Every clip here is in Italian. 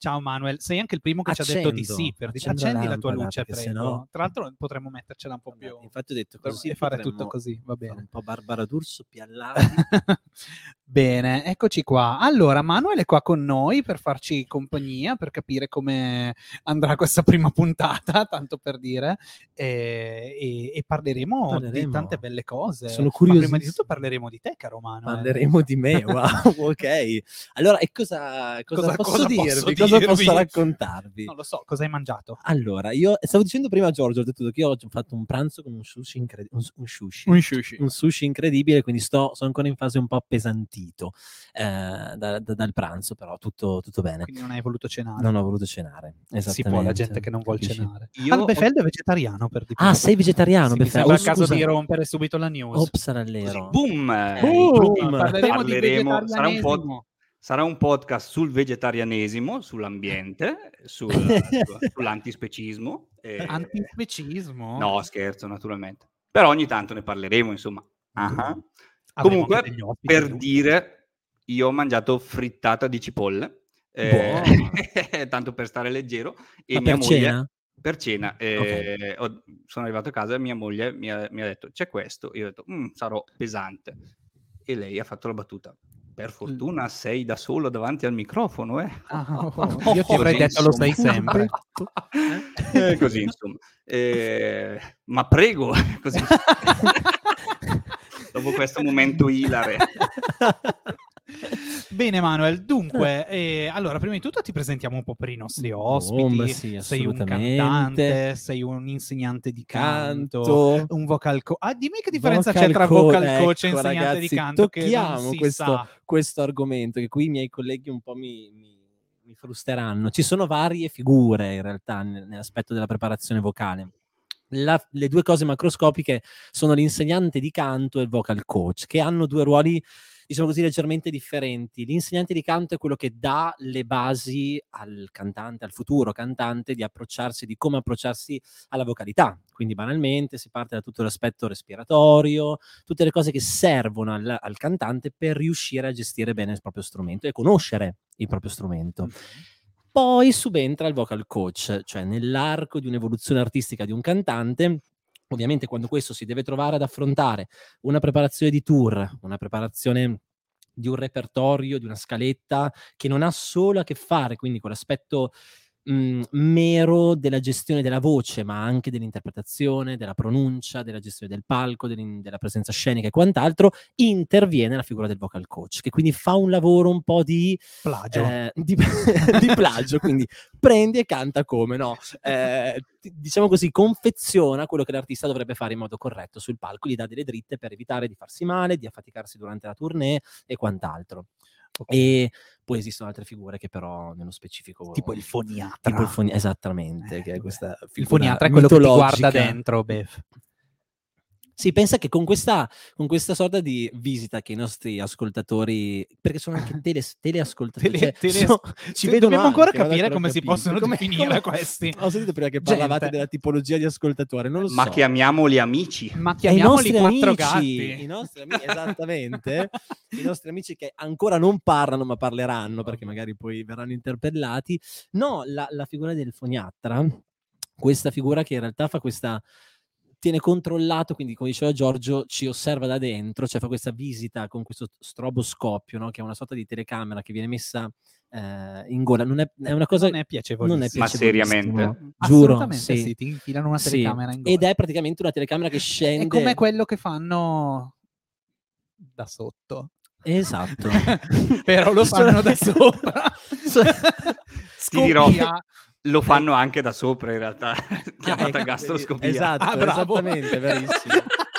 Ciao Manuel, sei anche il primo che ci ha detto di sì. Accendi la tua luce, prego. Sennò... Tra l'altro potremmo mettercela un po' più... Infatti ho detto così e fare tutto così, va bene. Un po' Barbara D'Urso, piallati. Bene, eccoci qua. Allora, Manuel è qua con noi per farci compagnia, per capire come andrà questa prima puntata, tanto per dire, e parleremo di tante belle cose. Sono curioso. Ma prima di tutto parleremo di te, caro Manuel. Parleremo di me, wow, ok. Allora, e cosa posso dirvi? Cosa posso raccontarvi? Non lo so, cosa hai mangiato? Allora, io stavo dicendo prima a Giorgio, ho detto che io oggi ho fatto un pranzo con un sushi incredibile, quindi sono ancora in fase un po' appesantito dal pranzo, però tutto bene. Quindi non hai voluto cenare? Non ho voluto cenare, esattamente. Si può, la gente che non vuole cenare. Io Befeld è vegetariano, per di più. Ah, sei vegetariano, Befeld? Mi sembra il caso di rompere subito la news. Ops, all'ero. Boom! Parleremo di vegetarianesimo. Sarà un podcast sul vegetarianesimo, sull'ambiente, sull'antispecismo. Antispecismo? No, scherzo, naturalmente. Però ogni tanto ne parleremo, insomma. Comunque, per dire, io ho mangiato frittata di cipolle, tanto per stare leggero. E mia moglie, cena? Per cena. Okay. Sono arrivato a casa e mia moglie mi ha detto, c'è questo. Io ho detto, sarò pesante. E lei ha fatto la battuta. Per fortuna sei da solo davanti al microfono, eh? Io ti avrei detto, lo sai sempre. Così, insomma. Ma prego, così. Dopo questo momento ilare. Bene Manuel, dunque, allora prima di tutto ti presentiamo un po' per i nostri ospiti. Sì, sei un cantante, sei un insegnante di canto, un vocal coach. Dimmi che differenza c'è tra vocal coach e insegnante, ragazzi, di canto. Tocchiamo questo argomento che qui i miei colleghi un po' mi frustreranno. Ci sono varie figure in realtà nell'aspetto della preparazione vocale. Le due cose macroscopiche sono l'insegnante di canto e il vocal coach, che hanno due ruoli, diciamo così, leggermente differenti. L'insegnante di canto è quello che dà le basi al cantante, al futuro cantante, di come approcciarsi alla vocalità. Quindi banalmente si parte da tutto l'aspetto respiratorio, tutte le cose che servono al cantante per riuscire a gestire bene il proprio strumento e conoscere il proprio strumento. Poi subentra il vocal coach, cioè nell'arco di un'evoluzione artistica di un cantante. Ovviamente quando questo si deve trovare ad affrontare una preparazione di tour, una preparazione di un repertorio, di una scaletta, che non ha solo a che fare quindi con l'aspetto mero della gestione della voce, ma anche dell'interpretazione, della pronuncia, della gestione del palco, della presenza scenica e quant'altro, interviene la figura del vocal coach, che quindi fa un lavoro un po' di plagio, di plagio, quindi prendi e canta come, no? Diciamo così, confeziona quello che l'artista dovrebbe fare in modo corretto sul palco, gli dà delle dritte per evitare di farsi male, di affaticarsi durante la tournée e quant'altro. E poi esistono altre figure che però nello specifico, tipo il foniatra, esattamente, che è questa figura. Il foniatra è quello che ti guarda dentro, Bef. Sì, pensa che con questa sorta di visita che i nostri ascoltatori, perché sono anche teleascoltatori, ci vedono. Dobbiamo ancora capire come si possono definire questi. Ho sentito prima che parlavate della tipologia di ascoltatore, non lo so. Ma chiamiamoli amici. Ma chiamiamoli quattro gatti. I nostri amici, esattamente. I nostri amici che ancora non parlano, ma parleranno, perché magari poi verranno interpellati. No, la figura del foniatra, questa figura che in realtà fa questa... tiene controllato, quindi come diceva Giorgio, ci osserva da dentro, cioè fa questa visita con questo stroboscopio, no? Che è una sorta di telecamera che viene messa in gola. È una cosa... Non è piacevolissimo. Ma seriamente? Giuro, sì, ti infilano una telecamera in gola. Ed è praticamente una telecamera che scende... È come quello che fanno da sotto. Esatto. Però lo fanno da sopra. Ti dirò... Lo fanno anche da sopra in realtà, chiamata gastroscopia. Esatto, esattamente, verissimo.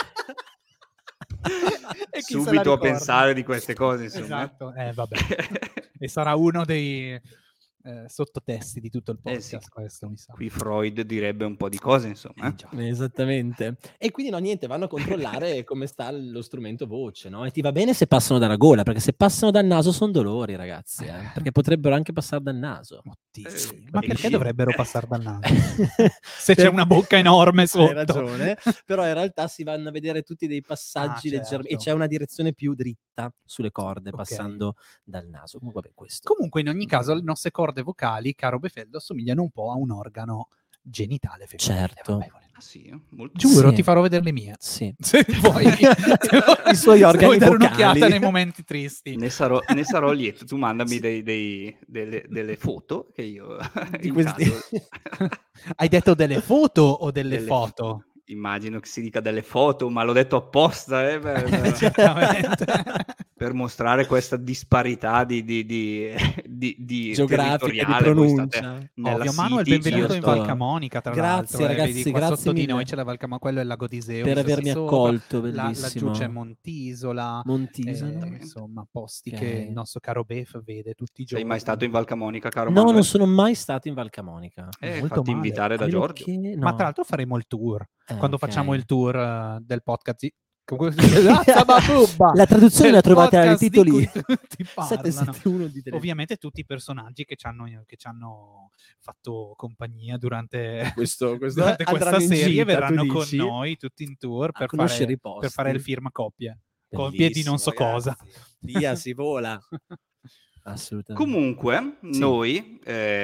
Subito a pensare di queste cose, insomma. Esatto, vabbè. E sarà uno dei sottotesti di tutto il podcast, sì. Questo mi sa. Qui Freud direbbe un po' di cose, insomma. Esattamente. E quindi no, niente, vanno a controllare come sta lo strumento voce, no? E ti va bene se passano dalla gola, perché se passano dal naso sono dolori, ragazzi, perché potrebbero anche passare dal naso. Ma perché dovrebbero passare dal naso? Se c'è una bocca enorme sotto. Hai ragione, però in realtà si vanno a vedere tutti dei passaggi leggermente, e c'è una direzione più dritta sulle corde, passando dal naso. Comunque in ogni caso le nostre corde corde vocali, caro Befeldo, assomigliano un po' a un organo genitale femminile. Certo. Vabbè, Ah sì, molto giuro, Sì. ti farò vedere le mie. Sì. Se vuoi, I suoi organi dare vocali. un'occhiata nei momenti tristi. Ne sarò lieto. Tu mandami delle foto che io Di in questi- caso- Hai detto delle foto o delle delle foto? Immagino che si dica delle foto, ma l'ho detto apposta Certamente. per mostrare questa disparità di Geografica, di territoriale. Voi state pronuncia. nella Ovvio, Manuel, City, benvenuto io in sto- Val Camonica, tra Grazie, l'altro. ragazzi, Vedi, qua grazie sotto di mille. noi c'è la Val Camonica, quello è il lago di Iseo. Per sta avermi sopra. accolto, Laggiù bellissimo. c'è Montisola. Montisola. Insomma, posti Ok. che il nostro caro Bef vede tutti i giorni. Sei mai stato in Val Camonica, caro No, Manuel? non sono mai stato in Val Camonica. Molto Fatti male. invitare da Quello Giorgio. che- Ma no. tra l'altro faremo il tour. Quando ok. facciamo il tour del podcast La traduzione la trovate ai podcast di titoli cui tutti parlano. 771 di telefono. Ovviamente tutti i personaggi che ci hanno fatto compagnia durante Questo questa andranno in serie gita, verranno tu con dici? noi tutti in tour A conoscere i posti. per fare il firma coppie. Coppie di Bellissimo, non so cosa. ragazzi. Via, si vola. Assolutamente. Comunque, Sì. noi,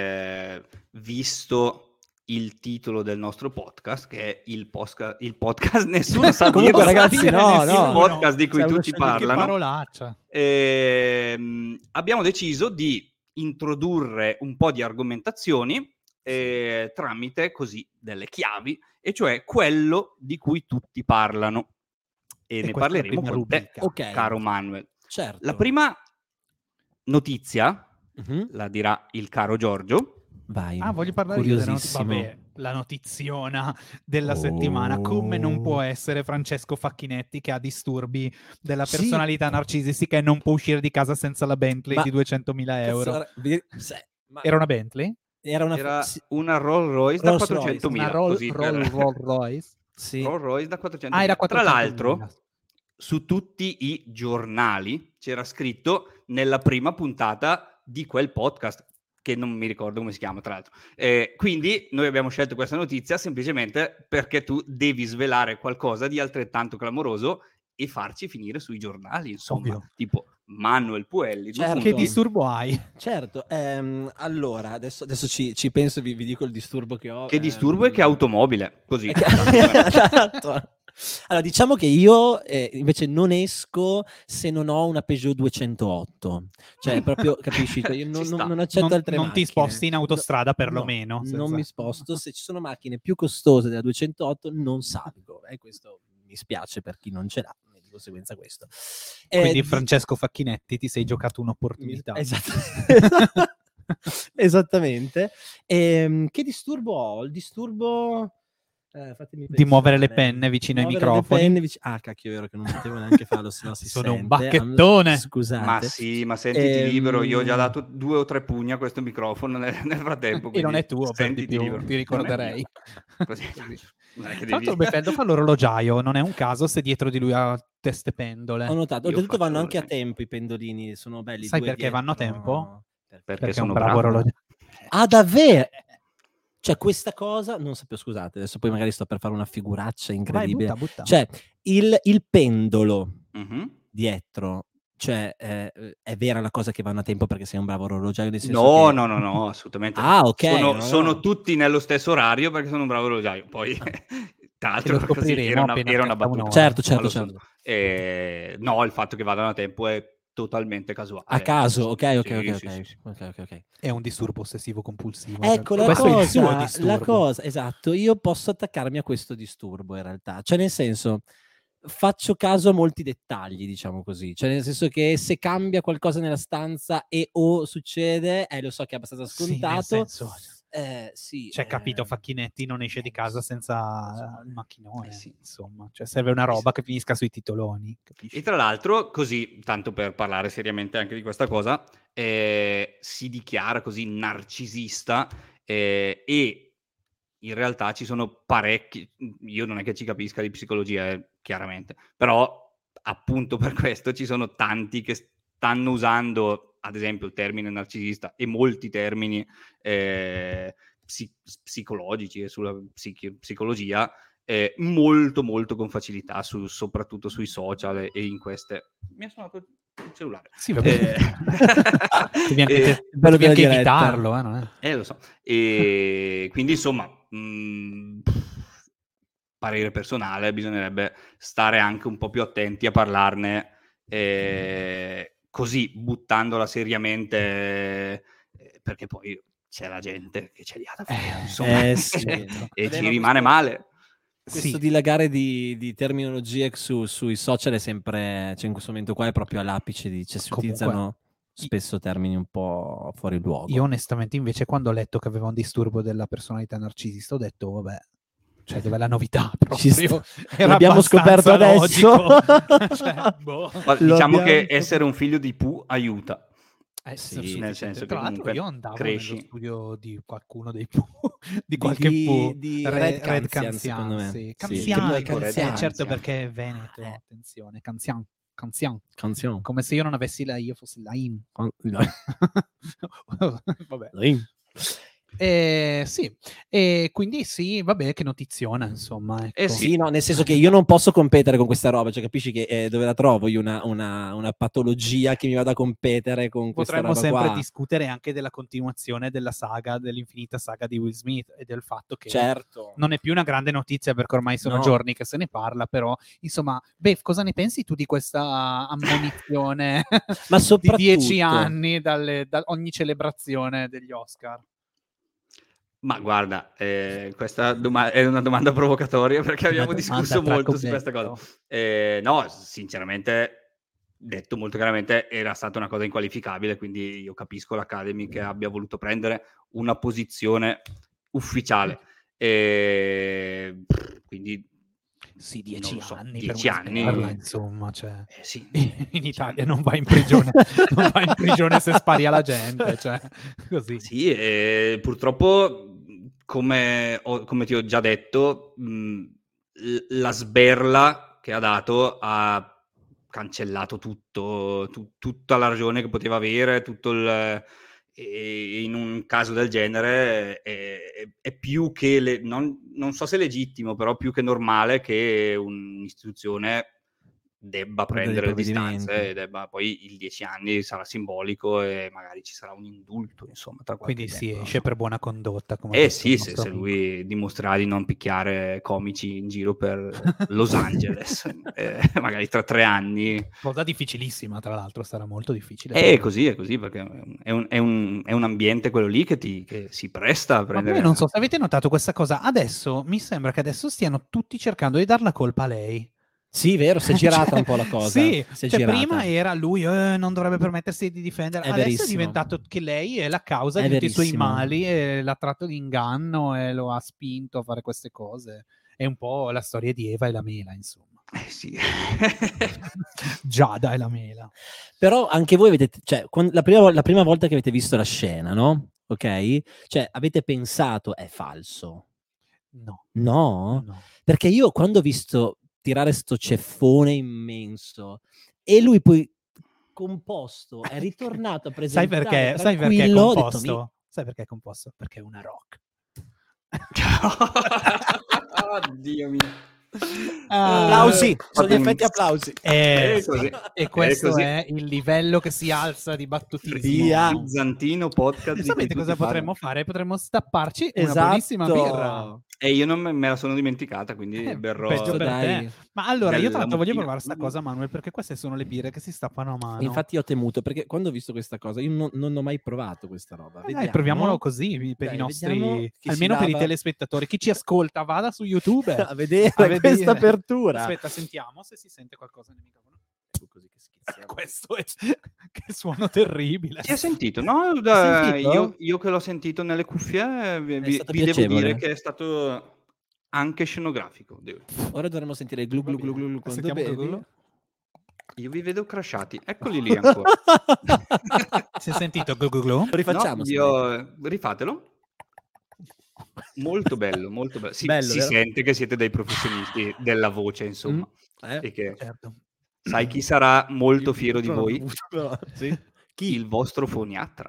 visto il titolo del nostro podcast, che è il podcast, nessuno sa Comunque, dirlo, ragazzi, il no, no. podcast di cui C'è uno tutti scempio, Che parlano, parolaccia. abbiamo deciso di introdurre un po' di argomentazioni tramite così delle chiavi, e cioè quello di cui tutti parlano. E ne questa è la parleremo prima con te, rubrica. Ok. caro Manuel. Certo. La prima notizia Mhm. la dirà il caro Giorgio. Vai. Voglio parlare io della Curiosissimo. vabbè, la notiziona della settimana. Come non può essere Francesco Facchinetti, che ha disturbi della Sì. personalità narcisistica e non può uscire di casa senza la Bentley Ma- di 200.000 euro. Ma Era una Bentley? era una Era sì, una Rolls Royce da Rolls Royce, 400.000. Una così per- Rolls Royce? sì. Rolls Royce da 400.000. Era Tra 400.000. l'altro, su tutti i giornali c'era scritto nella prima puntata di quel podcast, che non mi ricordo come si chiama, tra l'altro. Quindi noi abbiamo scelto questa notizia semplicemente perché tu devi svelare qualcosa di altrettanto clamoroso e farci finire sui giornali, insomma. Ovvio. Tipo Manuel Puelli. Certo. due Che punti. disturbo hai? Certo, allora adesso ci penso, vi dico il disturbo che ho. Che disturbo e che automobile, così. Esatto. Allora, diciamo che io invece non esco se non ho una Peugeot 208. Cioè, proprio, capisci? Cioè, io Ci non, sta. non accetto altre Non macchine. ti sposti in autostrada, No, perlomeno. no, senza- non mi sposto. Se ci sono macchine più costose della 208 non salgo. E questo mi spiace per chi non ce l'ha. Di conseguenza questo. Quindi Di- Francesco Facchinetti, ti sei giocato un'opportunità. Esatto. Esattamente. Che disturbo ho? Il disturbo... fatemi Di muovere le pensare. penne vicino ai Muovere le microfoni. penne ah, cacchio, è vero che non potevo neanche farlo, se no si Sono un sente. bacchettone. Scusate. Ma sì, ma sentiti Ehm, libero, io ho già dato 2 o 3 pugni a questo microfono nel frattempo. E non quindi è tuo, per di sentiti più, libero. ti ricorderei. Non è mio. Così, non è che Tra l'altro devi... Befeldo fa l'orologiaio, non è un caso se dietro di lui ha teste pendole. Ho notato, Io oltretutto vanno faccio anche a l'orologio. tempo i pendolini, sono belli. Sai due perché vanno a dietro. tempo? Perché Perché è sono un bravo bravo. orologio. Ah, davvero? Cioè, questa cosa, non sapevo, scusate, adesso poi magari sto per fare una figuraccia Vai, incredibile. butta. Cioè, il pendolo Mhm. dietro, cioè, è vera la cosa che vanno a tempo perché sei un bravo orologiaio? Nel senso No, che... no, assolutamente. Ah, ok. Sono no. tutti nello stesso orario perché sono un bravo orologiaio. Poi, tra l'altro, Lo scopriremo era una appena battuta. un'ora. Certo, Ma lo certo. so. No, il fatto che vadano a tempo è totalmente casuale. A caso, ok. Sì. Ok. È un disturbo ossessivo compulsivo. Ecco, Questo è il suo disturbo. la cosa, esatto, io posso attaccarmi a questo disturbo in realtà, cioè nel senso, faccio caso a molti dettagli, diciamo così, cioè nel senso che se cambia qualcosa nella stanza o succede, lo so che è abbastanza Sì, nel scontato, senso, sì. cioè, capito, Facchinetti non esce di casa senza il macchinone, sì. insomma. Cioè, serve una roba che finisca sui titoloni, capisci? E tra l'altro, così, tanto per parlare seriamente anche di questa cosa, si dichiara così narcisista e in realtà ci sono parecchi, io non è che ci capisca di psicologia, chiaramente, però appunto per questo ci sono tanti che stanno usando, ad esempio, il termine narcisista e molti termini psicologici e sulla psicologia molto molto con facilità, soprattutto sui social e in queste... Mi ha suonato il il cellulare. Sì, va bene. Devi anche, bello devi anche della diretta. evitarlo, non è? Lo so. E quindi insomma, parere personale, bisognerebbe stare anche un po' più attenti a parlarne così, buttandola seriamente, perché poi c'è la gente che ce li ha da fare, insomma, sì. e ci Ma rimane male. questo Sì. dilagare di terminologie sui social è sempre, cioè in questo momento qua è proprio all'apice cioè si Comunque, utilizzano spesso termini un po' fuori luogo. Io onestamente invece quando ho letto che aveva un disturbo della personalità narcisista ho detto vabbè, cioè dov'è la novità proprio? Era L'abbiamo scoperto abbastanza adesso. logico. Cioè, boh. Ma diciamo che essere un figlio di Pooh aiuta. Sì, nel senso che Tra l'altro comunque io andavo cresci. nello studio di qualcuno dei Pooh, di qualche Pooh, di Red Canzian, Canzian, secondo me. sì. Sì, Canzian, che poi Red certo, Canzian. perché è Veneto, attenzione, Canzian. Canzione. Come se io non avessi la I, io fossi la IM. Vabbè. Sì, e quindi sì, vabbè, che notiziona, insomma. Ecco. Sì, no, nel senso che io non posso competere con questa roba, cioè capisci che dove la trovo io una patologia che mi vada a competere con questa Potremmo roba sempre qua. discutere anche della continuazione della saga, dell'infinita saga di Will Smith e del fatto che Certo. non è più una grande notizia perché ormai sono No. giorni che se ne parla, però insomma, Bev, cosa ne pensi tu di questa ammonizione Ma di soprattutto 10 anni da ogni celebrazione degli Oscar? Ma guarda, questa è una domanda provocatoria perché abbiamo Una domanda discusso tra molto su questa commento. cosa. No, sinceramente, detto molto chiaramente, era stata una cosa inqualificabile, quindi io capisco l'Academy che abbia voluto prendere una posizione ufficiale. Quindi Sì, 10 non lo so, anni 10 per una anni. sberla, insomma, cioè. Sì, In Italia non vai in prigione, non vai in prigione se spari alla gente, cioè, così. Sì, purtroppo, come ti ho già detto, la sberla che ha dato ha cancellato tutto, tutta la ragione che poteva avere, e in un caso del genere è più che, non so se è legittimo, però più che normale che un'istituzione debba prendere le distanze e poi il 10 anni sarà simbolico e magari ci sarà un indulto, insomma, tra qualche Quindi tempo, si non esce so. per buona condotta, come ha detto Sì, il se nostro amico. lui dimostrerà di non picchiare comici in giro per Los Angeles, magari tra 3 anni. Cosa difficilissima, tra l'altro, sarà molto difficile. È così, perché è un ambiente quello lì che si presta a Ma prendere. poi non so se avete notato questa cosa, adesso mi sembra che adesso stiano tutti cercando di dar la colpa a lei. Sì, vero, si è girata un po' la cosa. Sì, si è cioè girata. prima era lui, non dovrebbe permettersi di difendere. È Adesso verissimo. è diventato che lei è la causa È di tutti i suoi verissimo. mali e l'ha tratto di inganno e lo ha spinto a fare queste cose. È un po' la storia di Eva e la mela, insomma. Sì. Giada e la mela. Però anche voi avete, cioè, la prima volta che avete visto la scena, no? Ok? Cioè, avete pensato è falso? No. No? Perché io quando ho visto tirare sto ceffone immenso e lui poi composto è ritornato a presentare Sai perché è composto? Sai perché è composto? Perché è una rock. Oddio mio. Applausi, sono gli effetti applausi. E questo così. è il livello che si alza di battutismo. Frizzantino podcast. Sapete cosa potremmo fare? Potremmo stapparci una buonissima birra. E io non me la sono dimenticata, quindi berrò. Peggio per te. Ma allora, io tra l'altro voglio mattina. provare sta cosa, Manuel, perché queste sono le birre che si stappano a mano. Infatti ho temuto, perché quando ho visto questa cosa, io non ho mai provato questa roba. Dai, proviamolo così per i nostri, almeno per i telespettatori. Chi ci ascolta, vada su YouTube a vedere questa apertura. Aspetta, sentiamo se si sente qualcosa nel microfono. Così che schizziamo. Questo è che suono terribile. Si è sentito, no? Sentito? Io che l'ho sentito nelle cuffie, vi devo piacevole. dire che è stato anche scenografico. Ora dovremmo sentire il glu glu glu glu quando Sentiamo bevi. glu. Io vi vedo crashati, eccoli lì ancora. Si è sentito glu glu glu? Lo rifacciamo. Rifatelo. Molto bello, molto bello. Si Bello, vero? sente che siete dei professionisti della voce, insomma. E che Certo. sai chi sarà molto fiero di voi? Sì. Chi? Il vostro foniatra.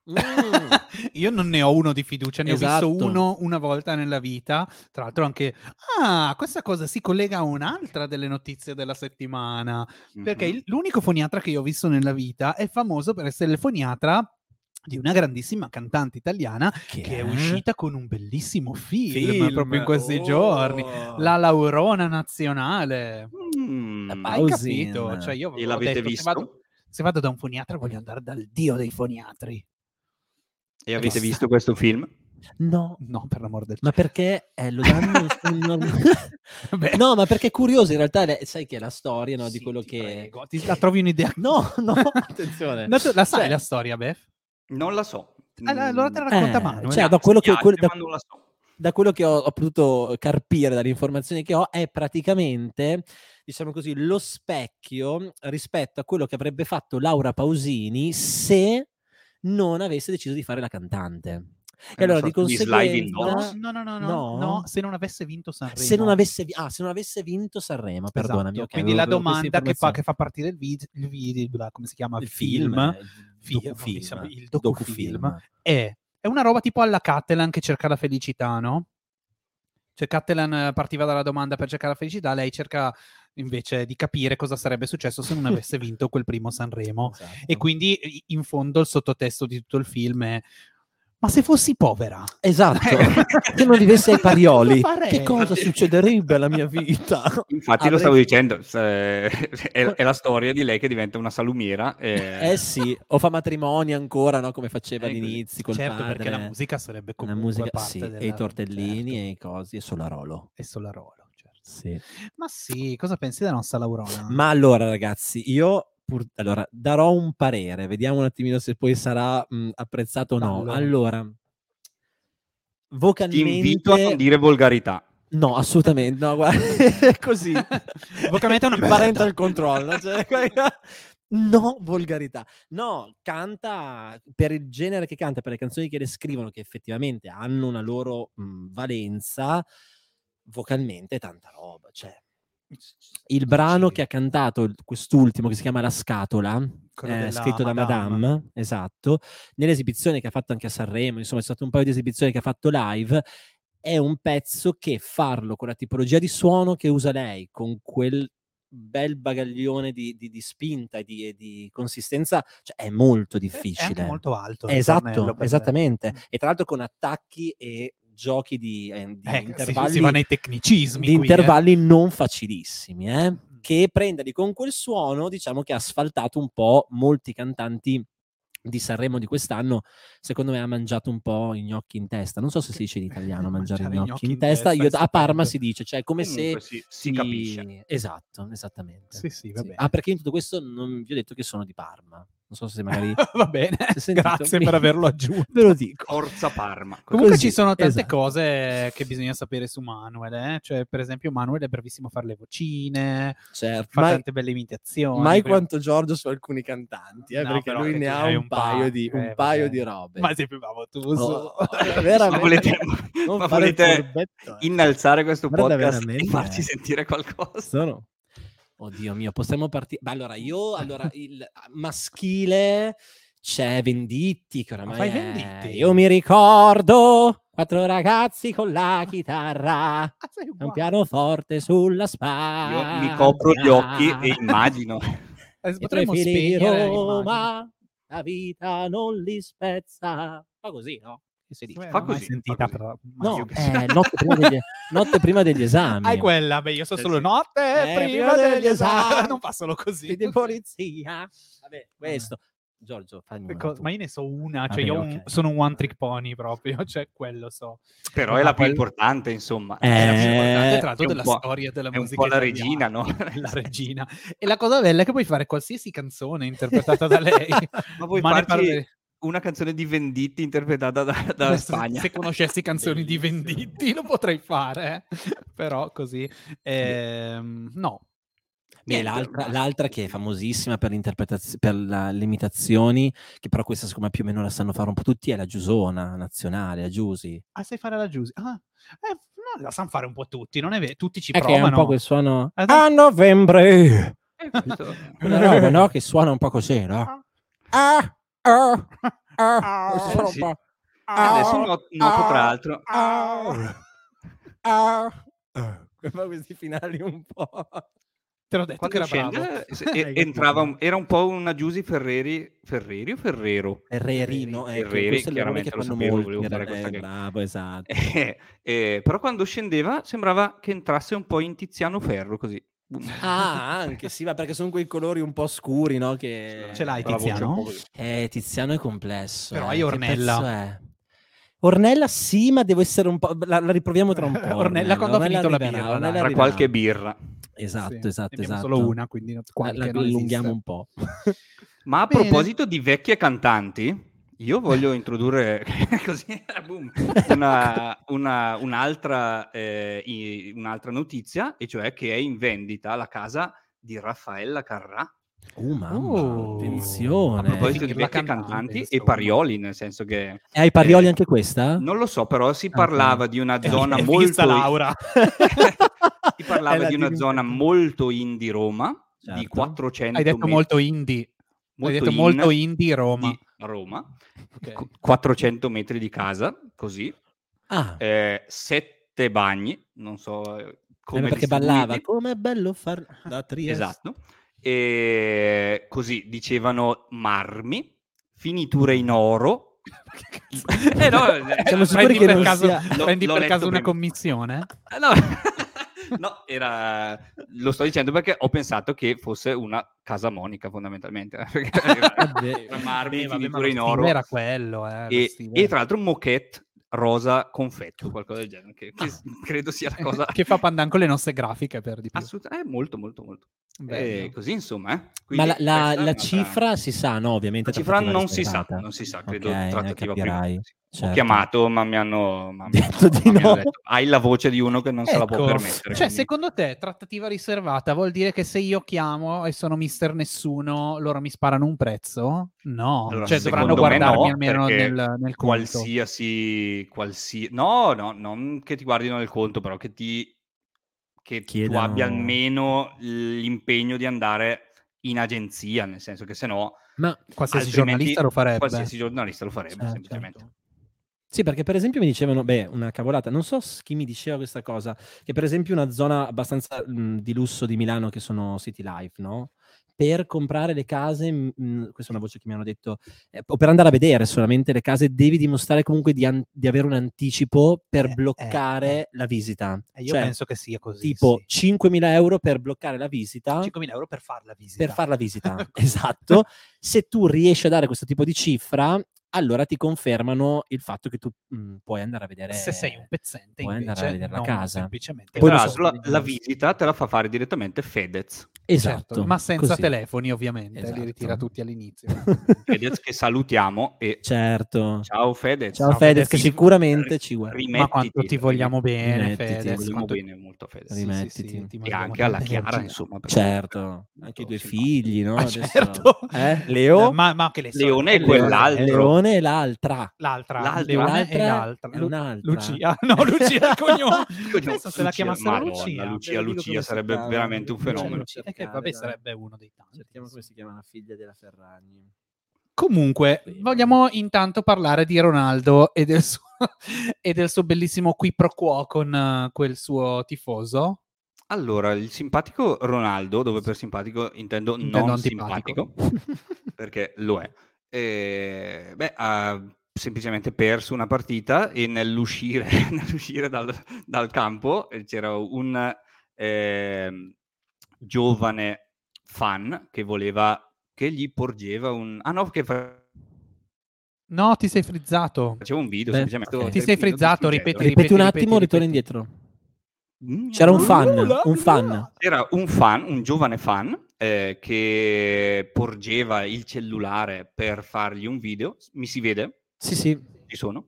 Io non ne ho uno di fiducia, ne ho Esatto. visto uno una volta nella vita. Tra l'altro anche, questa cosa si collega a un'altra delle notizie della settimana, perché l'unico foniatra che io ho visto nella vita è famoso per essere il foniatra di una grandissima cantante italiana che è uscita con un bellissimo film proprio in questi giorni, La Laurona Nazionale. Hai capito? Cioè io E ho l'avete detto, visto? se vado da un foniatra voglio andare dal dio dei foniatri. E avete visto questo film? No, per l'amor del ma perché lo danno no, ma perché è curioso in realtà, sai che è la storia, no, di quello che la trovi un'idea? No, attenzione. La sai la storia, Beth? Non la so. Allora te la racconta Manu. Cioè, da quello che non la so. Da quello che ho potuto carpire dalle informazioni che ho, è praticamente, diciamo così, lo specchio rispetto a quello che avrebbe fatto Laura Pausini se non avesse deciso di fare la cantante. E allora di conseguenza no, se non avesse vinto Sanremo. Se non avesse vinto Sanremo, perdonami. Esatto. Quindi la domanda che fa partire il video, come si chiama? Il docufilm è una roba tipo alla Catalan che cerca la felicità, no? Cioè Catalan partiva dalla domanda per cercare la felicità, lei cerca invece di capire cosa sarebbe successo se non avesse vinto quel primo Sanremo. Esatto. E quindi in fondo il sottotesto di tutto il film è: ma se fossi povera? Esatto, se non vivessi ai Parioli, che cosa succederebbe alla mia vita? Infatti lo stavo dicendo, è la storia di lei che diventa una salumiera. Sì, o fa matrimoni ancora, no? Come faceva all'inizio col certo, padre. perché la musica sarebbe comunque parte della... e i tortellini e i cosi, e Solarolo. Certo. Sì. Ma sì, cosa pensi della nostra Laurona? Ma allora ragazzi, io darò un parere, vediamo un attimino se poi sarà apprezzato o no. Allora, vocalmente... Ti invito a non dire volgarità. No, assolutamente, no, guarda, così. Vocalmente è una parental control, cioè, no volgarità. No, canta per il genere che canta, per le canzoni che le scrivono, che effettivamente hanno una loro valenza, vocalmente tanta roba, cioè. Il brano che ha cantato quest'ultimo, che si chiama La Scatola, scritto da Madame, esatto, nell'esibizione che ha fatto anche a Sanremo, insomma è stato un paio di esibizioni che ha fatto live, è un pezzo che farlo con la tipologia di suono che usa lei, con quel bel bagaglione di spinta e di consistenza, cioè è molto difficile. È anche molto alto. Esatto, esattamente. E tra l'altro con attacchi e giochi di intervalli, si va nei tecnicismi di intervalli non facilissimi, che prenderli con quel suono, diciamo che ha asfaltato un po' molti cantanti di Sanremo di quest'anno. Secondo me ha mangiato un po' i gnocchi in testa, non so se si dice in italiano mangiare i gnocchi in testa. Io a Parma si dice, cioè come comunque se si capisce. Esatto, esattamente. Sì, va bene. Perché in tutto questo non vi ho detto che sono di Parma. Non so se magari... Va bene, grazie per averlo aggiunto. Ve lo dico. Forza Parma. Comunque ci sono tante cose che bisogna sapere su Manuel, Cioè, per esempio, Manuel è bravissimo a fare le vocine, fa tante belle imitazioni. Mai quanto Giorgio su alcuni cantanti, perché lui ne ha un paio di robe. Ma sei più bravo tu. Veramente. Ma volete innalzare questo podcast e farci sentire qualcosa? Oddio mio, possiamo partire. Allora, il maschile c'è Venditti, che oramai Venditti. Io mi ricordo 4 ragazzi con la chitarra, un pianoforte sulla spalla. Io mi copro gli occhi e immagino. Potremmo spegnere Roma, la vita non li spezza. Fa così, no? Si dice. Fa così. Sentita, però. No, notte prima degli esami. Quella, io so solo notte prima degli esami. Non fa solo così. Di polizia. Vabbè, questo. Giorgio, ma io ne so una, cioè sono un one trick pony proprio, cioè quello so. Però è la più importante, insomma. È la più importante tra l'altro della storia della musica. È un po' la regina, no? La regina. E la cosa bella è che puoi fare qualsiasi canzone interpretata da lei. Ma puoi farci una canzone di Venditti interpretata da Spagna. Se conoscessi canzoni di Venditti lo potrei fare, però così. No. Beh, l'altra che è famosissima per le imitazioni, che però questa secondo me più o meno la sanno fare un po' tutti, è la Giusona nazionale, la Giusi. Sai fare la Giusi? No, la sanno fare un po' tutti, non è vero? Tutti ci provano. Che è un po' quel suono a novembre. Una roba, no? Che suona un po' così, no? Sì. Adesso noto tra l'altro Fa questi finali un po'. Te l'ho detto che quando era bravo. scende entrava era un po' una Giusy Ferreri o Ferrero? Ferrerino, Ferreri, questo è l'errore che chiaramente lo fanno sapevo, molti. volevo fare questa gag. Bravo, esatto. Però quando scendeva sembrava che entrasse un po' in Tiziano Ferro, così. Anche sì, ma perché sono quei colori un po' scuri, no? Che Ce l'hai Con la voce un po' Tiziano? così. Tiziano è complesso. Però hai Che Ornella. pezzo è? Ornella sì, ma devo essere un po'. La riproviamo tra un po'. Ornella quando ho finito la arriverà, birra, Ornella dai. Tra arriverà. qualche birra. Esatto. Ne abbiamo solo una, quindi qualche la non allunghiamo esiste. un po'. Ma a Bene. proposito di vecchie cantanti, io voglio introdurre così, boom, un'altra notizia, e cioè che è in vendita la casa di Raffaella Carrà. Mamma, A attenzione. proposito di Finirla vecchie cantante, cantanti e insomma. Parioli, nel senso che Hai Parioli anche questa? non lo so, però si parlava di una zona È molto vista Laura. si parlava di una zona molto indie Roma, di Certo. 400 Hai detto metri. molto indie. Hai detto molto indie Roma. Di Roma. Ok. 400 metri di casa, così. Ah, 7 bagni, non so come perché distribuiti. ballava. Com'è bello far da Trieste. Esatto. E così dicevano marmi, finiture in oro. Siamo sicuri che non sia... Prendi l'ho per letto caso una prima. commissione? No, lo sto dicendo perché ho pensato che fosse una casa Monica fondamentalmente. Perché era marmi, finiture in oro. Era quello, e tra l'altro moquette rosa confetto, qualcosa del genere, che credo sia la cosa che fa pandan con le nostre grafiche per di più. assolutamente molto. Bello. Così insomma. Ma la cifra si sa, no? Ovviamente la cifra non si sa, credo trattativa capirai. prima. Certo. Ho chiamato, ma mi hanno detto di mi hanno no. detto, hai la voce di uno che non se la può permettere. Cioè, quindi. secondo te, trattativa riservata vuol dire che se io chiamo e sono Mister Nessuno, loro mi sparano un prezzo? No, Allora, cioè dovranno secondo me guardarmi no, almeno perché nel conto. qualsiasi no, non che ti guardino nel conto, però che tu abbia almeno l'impegno di andare in agenzia, nel senso che se no ma qualsiasi giornalista lo farebbe. Semplicemente. Certo. Sì, perché per esempio mi dicevano, una cavolata, non so chi mi diceva questa cosa, che per esempio una zona abbastanza di lusso di Milano, che sono City Life, no? Per comprare le case, questa è una voce che mi hanno detto, o per andare a vedere solamente le case, devi dimostrare comunque di avere un anticipo per bloccare la visita. Io penso che sia così. Tipo 5.000 euro per bloccare la visita. 5.000 euro per far la visita. Per far la visita, esatto. Se tu riesci a dare questo tipo di cifra, allora ti confermano il fatto che tu puoi andare a vedere. Se sei un pezzente, puoi andare a vedere la casa. Semplicemente. Poi tra l'altro la visita te la fa fare direttamente Fedez. Esatto, certo, ma senza così. telefoni ovviamente, Esatto. li ritira tutti all'inizio. Fedez che salutiamo e certo. ciao Fedez. Ciao Fedez che sicuramente ci guarda. Ma quanto ti vogliamo bene, rimettiti, Fedez. Vogliamo bene molto Fedez. Rimettiti. Sì, E anche alla Chiara, insomma. Certo, anche i due figli, no? Adesso... certo. Leo, ma anche le Leone e quell'altro. Leone e l'altra. Leone e l'altra. È un'altra. Lucia. No, Lucia è il cognome. Penso se la chiamassero Madonna, Lucia sarebbe veramente un fenomeno. E che vabbè, sarebbe uno dei tanti. Cerchiamo come si chiama la figlia della Ferragni. Comunque, vogliamo intanto parlare di Ronaldo e del suo bellissimo qui pro quo con quel suo tifoso. Allora, il simpatico Ronaldo, dove per simpatico intendo non antipatico. simpatico, perché lo è, ha semplicemente perso una partita e nell'uscire dal campo c'era un giovane fan che voleva che gli porgeva No, ti sei frizzato. faceva un video semplicemente. Ti sei frizzato, Ripeti un attimo, ritorna indietro. C'era un fan. Era un fan, un giovane fan che porgeva il cellulare per fargli un video. Mi si vede? Sì. Ci sono.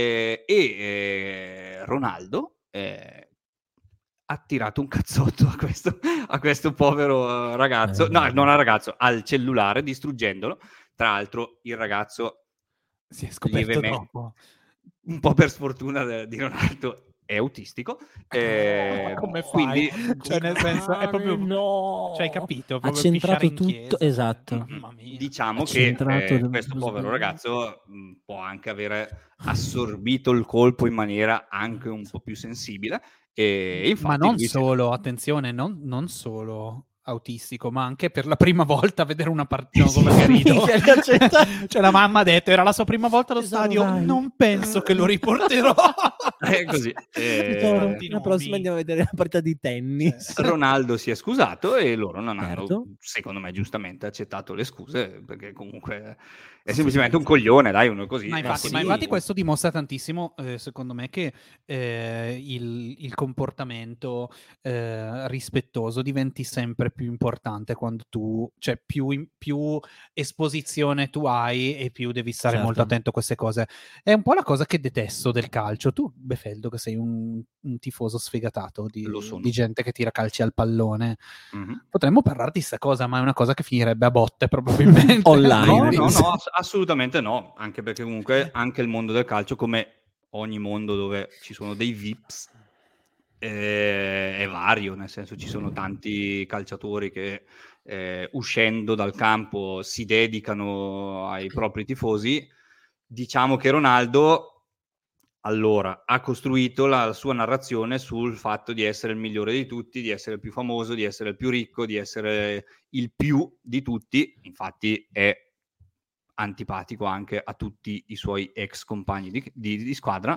E Ronaldo ha tirato un cazzotto a questo povero ragazzo. No, non al ragazzo, al cellulare, distruggendolo. Tra l'altro il ragazzo si è scoperto dopo. Un po' per sfortuna di Ronaldo è autistico. Come fai? Quindi, Cioè, nel senso, è proprio... no, Cioè, hai capito? ha Proprio centrato pisciare in tutto, chiesa. esatto. Mamma mia. diciamo Ha che centrato questo lo povero sbaglio. ragazzo può anche avere assorbito il colpo in maniera anche un po' più sensibile, e infatti Ma non lui solo, attenzione, non solo autistico, ma anche per la prima volta vedere una partita. No, come che rido. Minchia, li accetta. Cioè, la mamma ha detto, era la sua prima volta allo Tesoro, stadio, vai. non penso che lo riporterò. è così. Tesoro, Tanti la nomi. prossima andiamo a vedere la partita di tennis. Ronaldo si è scusato e loro non Certo. hanno, secondo me, giustamente accettato le scuse, perché comunque è semplicemente un coglione, dai, uno così. Ma infatti, sì. ma infatti questo dimostra tantissimo, secondo me, che il comportamento rispettoso diventi sempre più importante quando tu, cioè più esposizione tu hai e più devi stare Certo. molto attento a queste cose. È un po' la cosa che detesto del calcio. Tu, Befeldo, che sei un tifoso sfegatato Lo sono. di gente che tira calci al pallone, Mhm. potremmo parlare di sta cosa, ma è una cosa che finirebbe a botte probabilmente. Online. No, assolutamente no, anche perché comunque anche il mondo del calcio, come ogni mondo dove ci sono dei VIPs, è vario, nel senso ci sono tanti calciatori che uscendo dal campo si dedicano ai propri tifosi. Diciamo che Ronaldo allora ha costruito la sua narrazione sul fatto di essere il migliore di tutti, di essere il più famoso, di essere il più ricco, di essere il più di tutti. Infatti è antipatico anche a tutti i suoi ex compagni di squadra.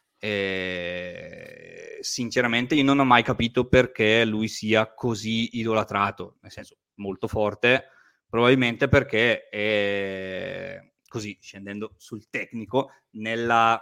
Sinceramente io non ho mai capito perché lui sia così idolatrato, nel senso molto forte, probabilmente perché è così, scendendo sul tecnico, nella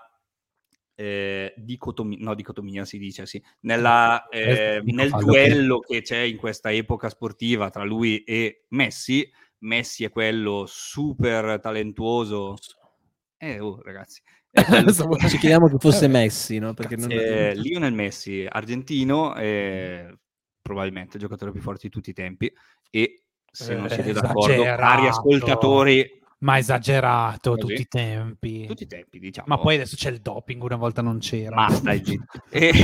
dicotomia si dice, sì, nel duello che c'è in questa epoca sportiva tra lui e Messi. Messi è quello super talentuoso, ragazzi, è quello Ci chiediamo che fosse Messi, no? Perché non... Lionel Messi, argentino, probabilmente il giocatore più forte di tutti i tempi, e se non siete d'accordo, cari ascoltatori, ma esagerato, così, tutti i tempi. tutti i tempi, diciamo. Ma poi adesso c'è il doping, una volta non c'era. Ma stai zitto.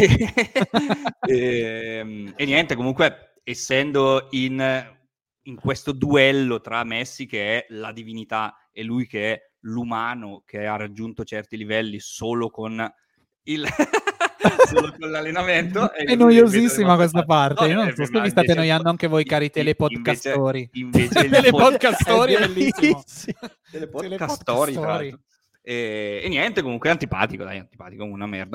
E niente, comunque, essendo in questo duello tra Messi, che è la divinità, e lui che è l'umano che ha raggiunto certi livelli solo con solo con l'allenamento. È noiosissima questa parte. Io non so se vi state noiando anche voi, cari telepodcastori. Invece telepodcastori è bellissimo. Telepodcastori, tra l'altro. E niente, comunque è antipatico, dai, antipatico come una merda.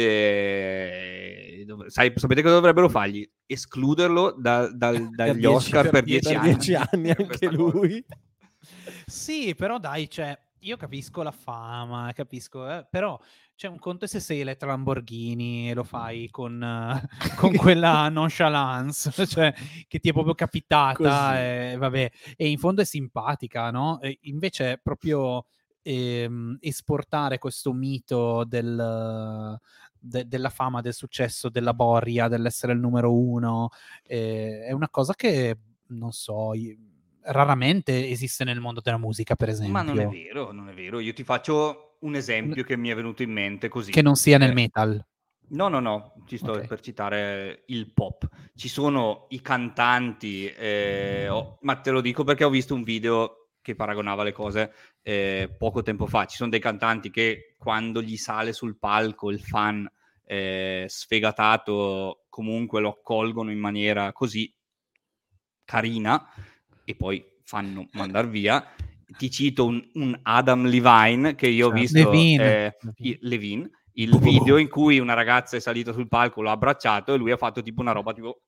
Sapete cosa dovrebbero fargli? Escluderlo dagli Oscar per 10 anni. 10 anni anche lui. Sì, però dai, cioè, io capisco la fama, capisco, però c'è un conto se sei Elettra Lamborghini e lo fai con quella nonchalance, cioè, che ti è proprio capitata, vabbè, e in fondo è simpatica, no? E invece proprio esportare questo mito della fama, del successo, della boria, dell'essere il numero uno, è una cosa che, non so, raramente esiste nel mondo della musica, per esempio. Ma non è vero, non è vero. Io ti faccio un esempio che mi è venuto in mente così. Che non sia nel metal. No, ci sto per citare il pop. Ci sono i cantanti, ma te lo dico perché ho visto un video che paragonava le cose poco tempo fa. Ci sono dei cantanti che quando gli sale sul palco il fan sfegatato comunque lo accolgono in maniera così carina e poi fanno mandar via. Ti cito un Adam Levine che io ho visto, Levine, il video in cui una ragazza è salita sul palco, l'ha abbracciato e lui ha fatto tipo una roba tipo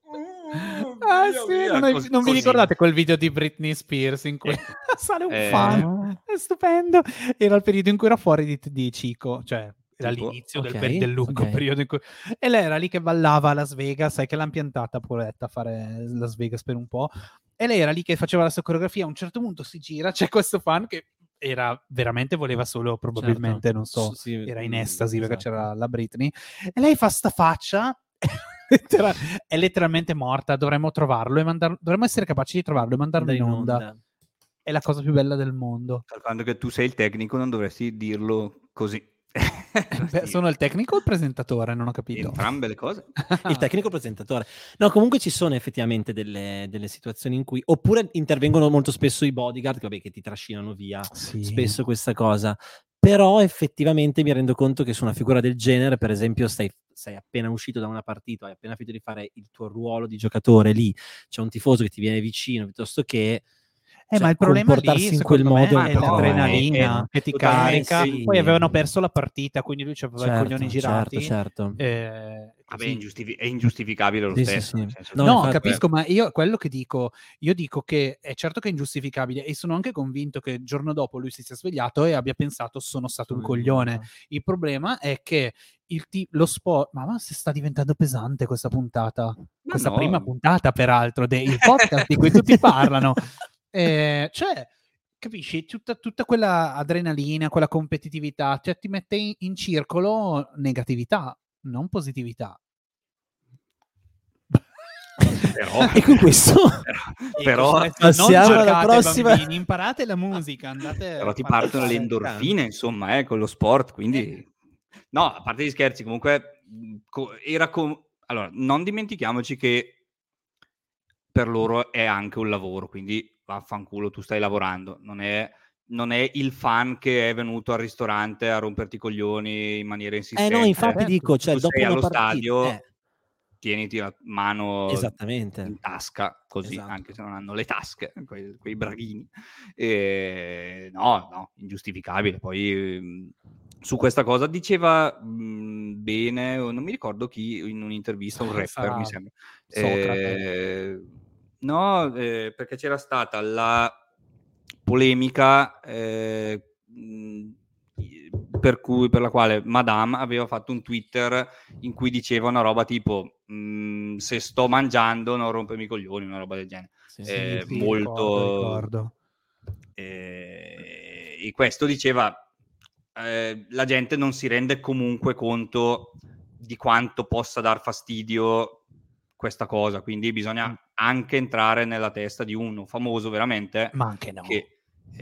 non vi ricordate quel video di Britney Spears in cui sale un fan? È stupendo. Era il periodo in cui era fuori di Chico, cioè era l'inizio del lungo periodo in cui... E lei era lì che ballava a Las Vegas, sai che l'hanno piantata poveretta a fare Las Vegas per un po', e lei era lì che faceva la sua coreografia. A un certo punto si gira, c'è questo fan che era veramente, voleva solo probabilmente, non so, era in estasi perché c'era la Britney, e lei fa sta faccia è letteralmente morta. Dovremmo trovarlo e dovremmo essere capaci di trovarlo e mandarlo in onda. È la cosa più bella del mondo. Quando che tu sei il tecnico non dovresti dirlo così. Beh, sono il tecnico o il presentatore? Non ho capito. Entrambe le cose. Il tecnico presentatore. No, comunque ci sono effettivamente delle situazioni in cui... Oppure intervengono molto spesso i bodyguard, che, vabbè, che ti trascinano via Sì. spesso questa cosa. Però effettivamente mi rendo conto che su una figura del genere, per esempio, sei appena uscito da una partita, hai appena finito di fare il tuo ruolo di giocatore, lì c'è un tifoso che ti viene vicino, piuttosto che... ma il problema comportarsi lì, in quel secondo me, modo è no, l'adrenalina che ti totalmente carica. sì. Poi avevano perso la partita, quindi lui aveva i coglioni girati. Certo. Vabbè, Sì. è ingiustificabile lo Sì, stesso. sì. nel senso No, che- No, infatti- capisco, ma io quello che dico che è certo che è ingiustificabile e sono anche convinto che il giorno dopo lui si sia svegliato e abbia pensato sono stato un coglione. Il problema è che lo sport... Ma se sta diventando pesante questa puntata. Ma Questa no. prima puntata, peraltro, del podcast di cui tutti parlano. Cioè, capisci, tutta quella adrenalina, quella competitività, cioè ti mette in circolo negatività, non positività. Però, E con questo però, passiamo alla giocate, prossima. bambini, imparate la musica, andate però a ti fare partono le fare- endorfine, insomma, con lo sport, quindi... No, a parte gli scherzi, comunque allora, non dimentichiamoci che per loro è anche un lavoro, quindi vaffanculo, tu stai lavorando, non è il fan che è venuto al ristorante a romperti i coglioni in maniera insistente. No, infatti dico, cioè, tu dopo sei una allo partita... stadio, tieniti la mano Esattamente. in tasca, così, Esatto. anche se non hanno le tasche, quei braghini. No, ingiustificabile. Poi su questa cosa diceva bene, non mi ricordo chi, in un'intervista, un rapper, Sarà mi sembra. Socrate. No, perché c'era stata la polemica per la quale Madame aveva fatto un Twitter in cui diceva una roba tipo se sto mangiando non rompermi i coglioni, una roba del genere. Sì, molto ricordo. E questo diceva la gente non si rende comunque conto di quanto possa dar fastidio questa cosa, quindi bisogna anche entrare nella testa di uno famoso veramente, Ma anche no. che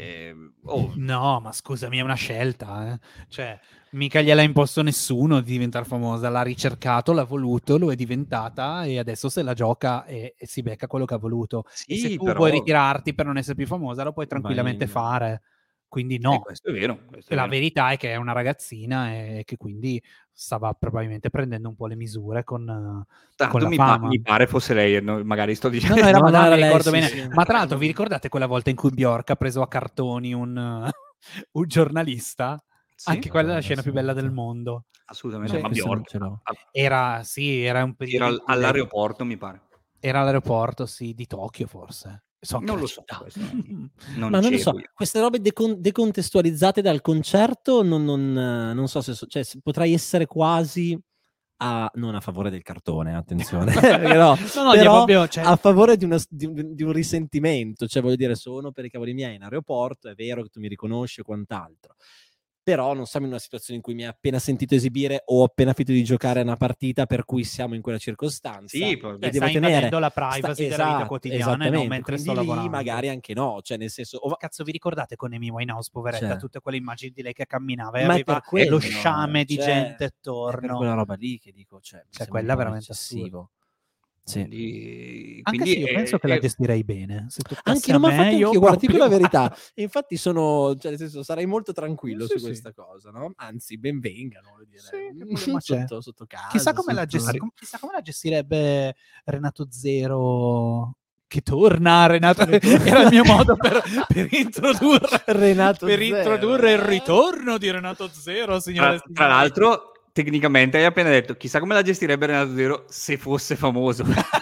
No, ma scusami, è una scelta, eh. Cioè, mica gliel'ha imposto nessuno di diventare famosa, l'ha ricercato, l'ha voluto, lo è diventata e adesso se la gioca e si becca quello che ha voluto. Sì, e se tu però... vuoi ritirarti per non essere più famosa, lo puoi tranquillamente fare. Quindi no. Questo è vero. La verità è che è una ragazzina e che quindi stava probabilmente prendendo un po' le misure con la fama. Mi pare fosse lei, magari sto dicendo... No, era Madame, lei, ricordo sì, bene. sì. Ma tra l'altro vi ricordate quella volta in cui Bjork ha preso a cartoni un giornalista? Sì? Anche quella è la scena più bella del mondo. Assolutamente, Cioè, ma Bjork era un periodo era all'aeroporto, mi pare. Era all'aeroporto, sì, di Tokyo forse. Non lo so, ma non lo so, queste robe decontestualizzate dal concerto non so se cioè, potrei essere quasi non a favore del cartone, attenzione, no, però proprio, cioè... a favore di un risentimento, cioè voglio dire, sono per i cavoli miei in aeroporto, è vero che tu mi riconosci e quant'altro, però non siamo in una situazione in cui mi hai appena sentito esibire o appena finito di giocare una partita per cui siamo in quella circostanza. Sì, devo tenere la privacy della vita quotidiana, no, mentre sto lavorando. Lì magari anche no, cioè nel senso... Cazzo, vi ricordate con Amy Winehouse, poveretta, tutte quelle immagini di lei che camminava e ma aveva lo sciame di gente attorno. È per quella roba lì che dico, cioè quella è veramente eccessivo. Sì. Quindi anche io penso che la gestirei bene. Se anche non mi ha fatto anch'io, guarda, dico la verità. Infatti sono, cioè nel senso, sarei molto tranquillo su questa cosa, no? Anzi, ben vengano, voglio dire. Sotto casa. Chissà come la gestirebbe Renato Zero. Che torna Renato, era il mio modo per introdurre introdurre il ritorno di Renato Zero, signore. Tra l'altro, tecnicamente hai appena detto chissà come la gestirebbe Renato Zero se fosse famoso.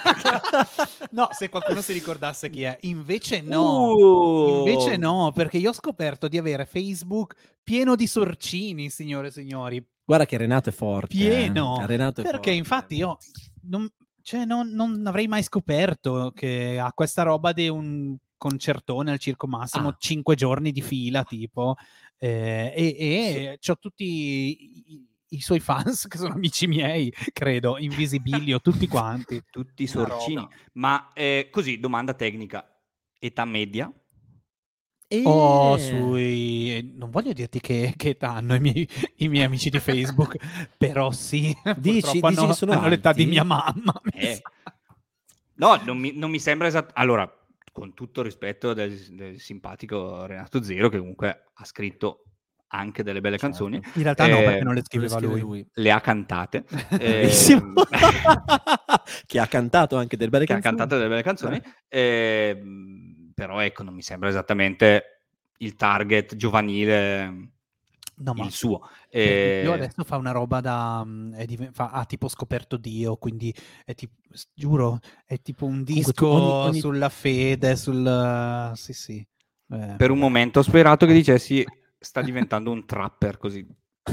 No, se qualcuno si ricordasse chi è. Invece no, perché io ho scoperto di avere Facebook pieno di sorcini, signore e signori. Guarda che Renato è forte. Pieno. Renato è perché forte. Infatti io non avrei mai scoperto che ha questa roba di un concertone al Circo Massimo 5 giorni di fila, tipo, e c'ho tutti i suoi fans che sono amici miei, credo, Invisibilio, tutti quanti. Tutti sorcini. Ma così, domanda tecnica. Età media? sui... Non voglio dirti che età hanno i miei amici di Facebook, però sì, Dici purtroppo che sono hanno l'età di alti? mia mamma. No, non mi sembra esatto. Allora, con tutto il rispetto del simpatico Renato Zero, che comunque ha scritto anche delle belle Certo. canzoni. In realtà no, perché non le Non le scriveva scrive lui. Le ha cantate. Bravissimo. Che ha cantato anche delle belle Che ha canzoni. cantato delle belle canzoni. Però ecco, non mi sembra esattamente il target giovanile No, ma il suo. io adesso fa una roba ha tipo scoperto Dio, quindi è tipo, giuro, è tipo un Comunque disco sulla fede, sì. Per un momento ho sperato che dicessi sta diventando un trapper così.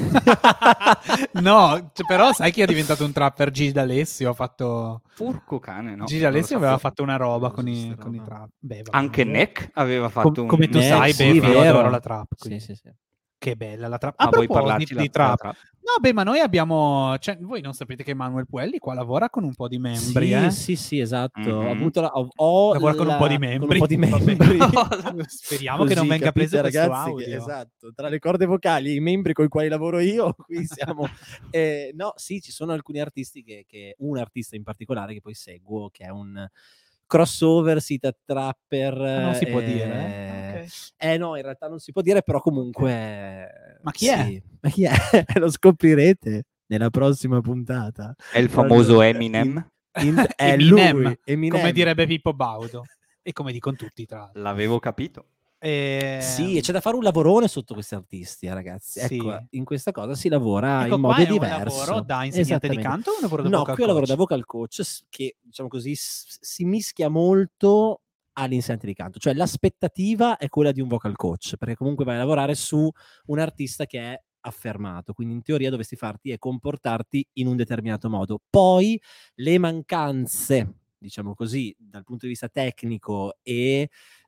No, però sai chi è diventato un trapper? Gigi D'Alessio ha fatto... Porco cane, no. Gigi D'Alessio aveva fatto una roba Non con so i sta roba. trap. Beh, Anche Neck aveva fatto come tu un... sai, sì, io vero. adoro la trap. Sì, quindi. sì. Che bella la trap. Ma A vuoi proposito parlarci di della trap. No, beh, ma noi abbiamo... Cioè, voi non sapete che Manuel Puelli qua lavora con un po' di membri, Sì, esatto. Mhm. Ho avuto ho lavora con un po' di membri. Vabbè. Speriamo che non venga preso questo ragazzi, audio. esatto, tra le corde vocali e i membri con i quali lavoro io, qui siamo. No, sì, ci sono alcuni artisti che un artista in particolare che poi seguo, che è un crossover sita trapper. Non si può dire? Okay. No, in realtà non si può dire, però comunque... Ma chi è? Sì. Ma chi è? Lo scoprirete nella prossima puntata. È il famoso Eminem. È Eminem, lui, Eminem. come direbbe Pippo Baudo. E come dicono tutti, tra l'altro. L'avevo capito. Sì, e c'è da fare un lavorone sotto questi artisti, ragazzi. Sì. Ecco, in questa cosa si lavora Ecco, in qua modo è diverso. un lavoro da insegnante di canto o un lavoro da No, vocal qui è un lavoro coach? da vocal coach che, diciamo così, si mischia molto all'insegnante di canto. Cioè l'aspettativa è quella di un vocal coach, perché comunque vai a lavorare su un artista che è affermato, quindi in teoria dovresti farti e comportarti in un determinato modo. Poi le mancanze, diciamo così, dal punto di vista tecnico e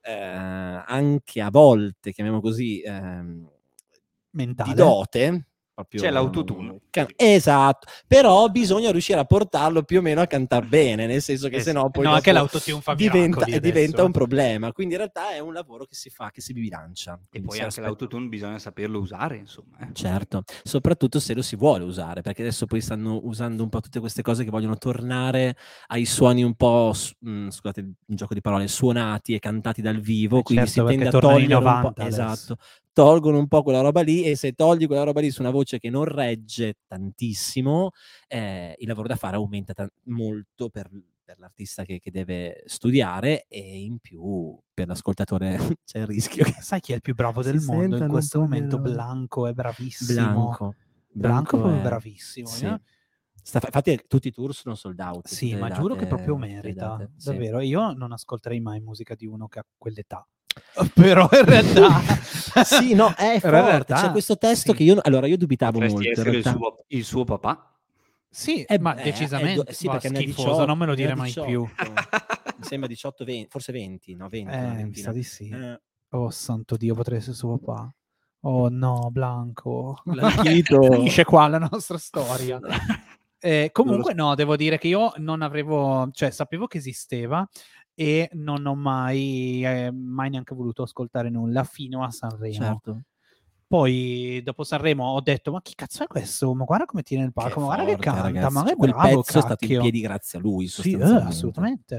anche a volte, chiamiamo così, mentale. di dote, proprio C'è l'autotune. Esatto, però bisogna riuscire a portarlo più o meno a cantare bene, nel senso che sennò poi anche l'autotune fa miracoli diventa un problema. Quindi in realtà è un lavoro che si fa, che si bilancia. E poi anche l'autotune bisogna saperlo usare, insomma. Certo, soprattutto se lo si vuole usare, perché adesso poi stanno usando un po' tutte queste cose che vogliono tornare ai suoni un po', scusate il gioco di parole, suonati e cantati dal vivo, quindi certo, si tende a tornano i togliere 90 un po', adesso. esatto, tolgono un po' quella roba lì, e se togli quella roba lì su una voce che non regge tantissimo, il lavoro da fare aumenta molto per l'artista che deve studiare, e in più per l'ascoltatore c'è il rischio che sai chi è il più bravo del mondo in questo momento? Blanco, è bravissimo. Blanco è proprio bravissimo. Sì. Infatti tutti i tour sono sold out. Sì, ma giuro che proprio merita, davvero. Io non ascolterei mai musica di uno che ha quell'età. Però in realtà sì, no, è forte. Realtà, c'è questo testo che io dubitavo potresti molto. Essere il suo papà? Sì, ma decisamente. Sì, perché schifoso, 18, non me lo dire mai più. Mi sembra 18, 20, forse 20, no, 20. Mi sa di sì. Oh santo Dio, potrei essere suo papà. Oh no, Blanco. Finisce qua la nostra storia. Comunque no, devo dire che io non avevo, cioè sapevo che esisteva e non ho mai neanche voluto ascoltare nulla fino a Sanremo. Certo. Poi dopo Sanremo ho detto: ma chi cazzo è questo? Ma guarda come tiene il palco, ma guarda che canta, ragazzi. ma che quel bravo, pezzo è stato in piedi grazie a lui. Sì, assolutamente.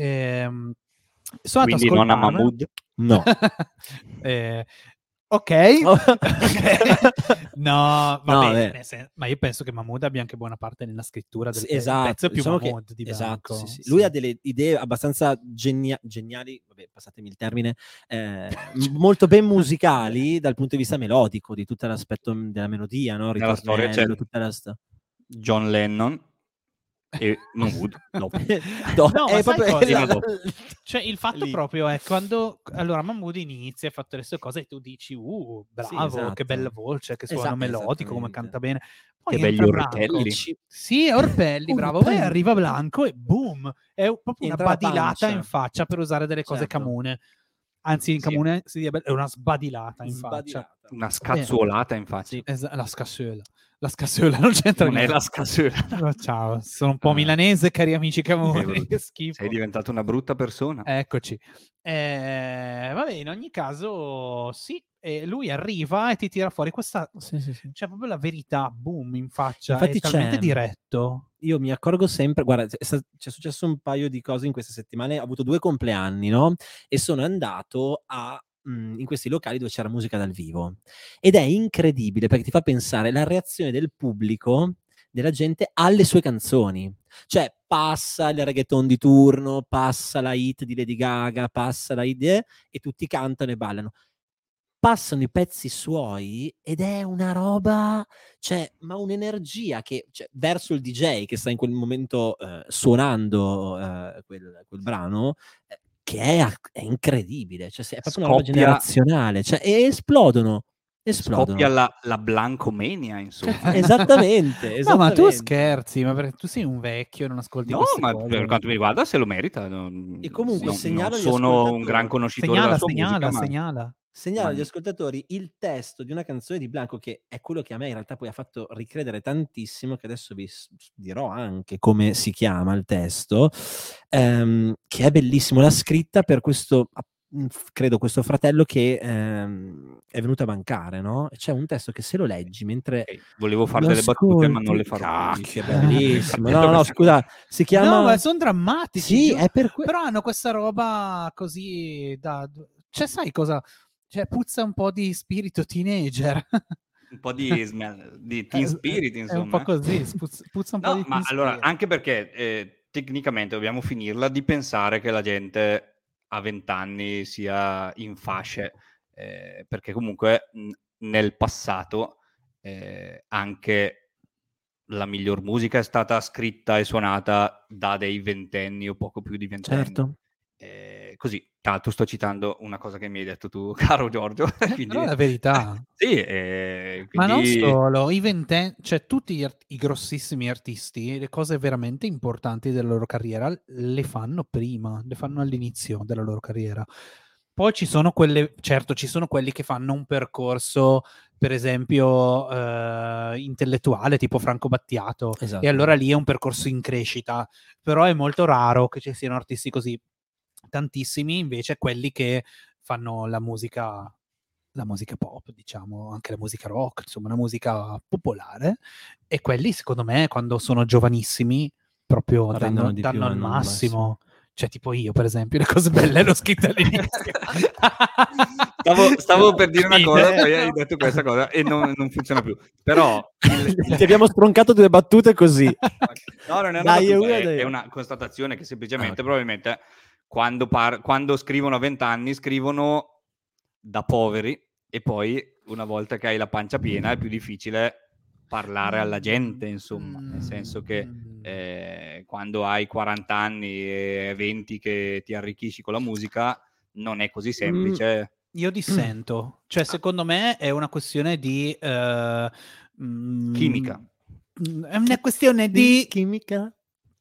Sono Quindi non a Mahmood? No. Ok. No, va bene, ma io penso che Mahmood abbia anche buona parte nella scrittura del pezzo, più diciamo Mahmood di Blanco. Esatto, sì. Lui ha delle idee abbastanza geniali, vabbè, passatemi il termine, molto ben musicali dal punto di vista melodico, di tutto l'aspetto della melodia, no? Nella storia c'è tutta la John Lennon e Mahmood dopo. No, è proprio cioè il fatto proprio è quando allora Mahmood inizia, ha fatto le sue cose e tu dici bravo, sì, esatto. Che bella voce, che suono melodico, come canta bene. Poi che belli orpelli. Sì, orpelli, bravo. Poi arriva Blanco e boom, è proprio una badilata in faccia per usare delle cose camune. Anzi, in Sì. comune si direbbe è una sbadilata in faccia. Sbadilata. Una scazzuolata in faccia. Sì. La scassola. La scassola non c'entra Non è niente. la scassuolata. Oh, ciao, sono un po' Ah. milanese, cari amici Camoni, brutto. che schifo. Sei diventato una brutta persona. Eccoci. Vabbè, in ogni caso, sì, lui arriva e ti tira fuori questa, Sì. cioè proprio la verità, boom, in faccia, Infatti è talmente c'è- diretto. Io mi accorgo sempre, guarda, c'è successo un paio di cose in queste settimane, ho avuto 2 compleanni, no? E sono andato in questi locali dove c'era musica dal vivo. Ed è incredibile perché ti fa pensare la reazione del pubblico, della gente, alle sue canzoni. Cioè, passa il reggaeton di turno, passa la hit di Lady Gaga, passa la hit e tutti cantano e ballano. Passano i pezzi suoi ed è una roba, cioè, ma un'energia che, cioè, verso il DJ che sta in quel momento suonando quel brano, che è incredibile, cioè, è proprio una roba generazionale, cioè, e esplodono. Scoppia la Blancomania, insomma. Esattamente. No, ma tu scherzi, ma perché tu sei un vecchio, non ascolti No, queste ma cose. per quanto mi riguarda se lo merita. E comunque segnalo non agli sono un ascoltatori. gran conoscitore della sua musica, ma Segnalo agli ma- ascoltatori il testo di una canzone di Blanco, che è quello che a me in realtà poi ha fatto ricredere tantissimo, che adesso vi dirò anche come si chiama il testo, che è bellissimo. L'ha scritta per questo, credo, questo fratello che è venuto a mancare, no? C'è un testo che se lo leggi mentre volevo fare lo delle battute, ma non ascolti, le farò. che bellissimo. No, scusa, si chiama... No, ma sono drammatici. Sì, giusto? è per Però hanno questa roba così cioè, sai cosa? Cioè, puzza un po' di spirito teenager. Un po' di teen spirit, insomma. È un po' così, puzza un po' di ma teen allora, spirit. anche perché tecnicamente dobbiamo finirla di pensare che la gente a 20 anni sia in fasce, perché comunque nel passato anche la miglior musica è stata scritta e suonata da dei ventenni o poco più di ventenni. Certo. Così, tra l'altro sto citando una cosa che mi hai detto tu, caro Giorgio. Quindi... Però è la verità. Sì, Ma non quindi... solo, i ventenni, cioè tutti i grossissimi artisti, le cose veramente importanti della loro carriera le fanno prima, le fanno all'inizio della loro carriera. Poi ci sono certo, ci sono quelli che fanno un percorso, per esempio, intellettuale, tipo Franco Battiato, Esatto. e allora lì è un percorso in crescita, però è molto raro che ci siano artisti così. Tantissimi invece quelli che fanno la musica pop, diciamo, anche la musica rock, insomma, una musica popolare, e quelli, secondo me, quando sono giovanissimi, proprio danno il massimo. Cioè, tipo io, per esempio, le cose belle le ho scritte all'inizio. Stavo per dire una cosa, poi hai detto questa cosa e non funziona più. Però ti abbiamo stroncato 2 battute così. No, non è una battuta, è una constatazione che semplicemente probabilmente quando scrivono a 20 anni scrivono da poveri, e poi una volta che hai la pancia piena è più difficile parlare alla gente, insomma, nel senso che quando hai 40 anni e 20 che ti arricchisci con la musica non è così semplice. Io dissento, cioè secondo me è una questione di chimica. È una questione di chimica.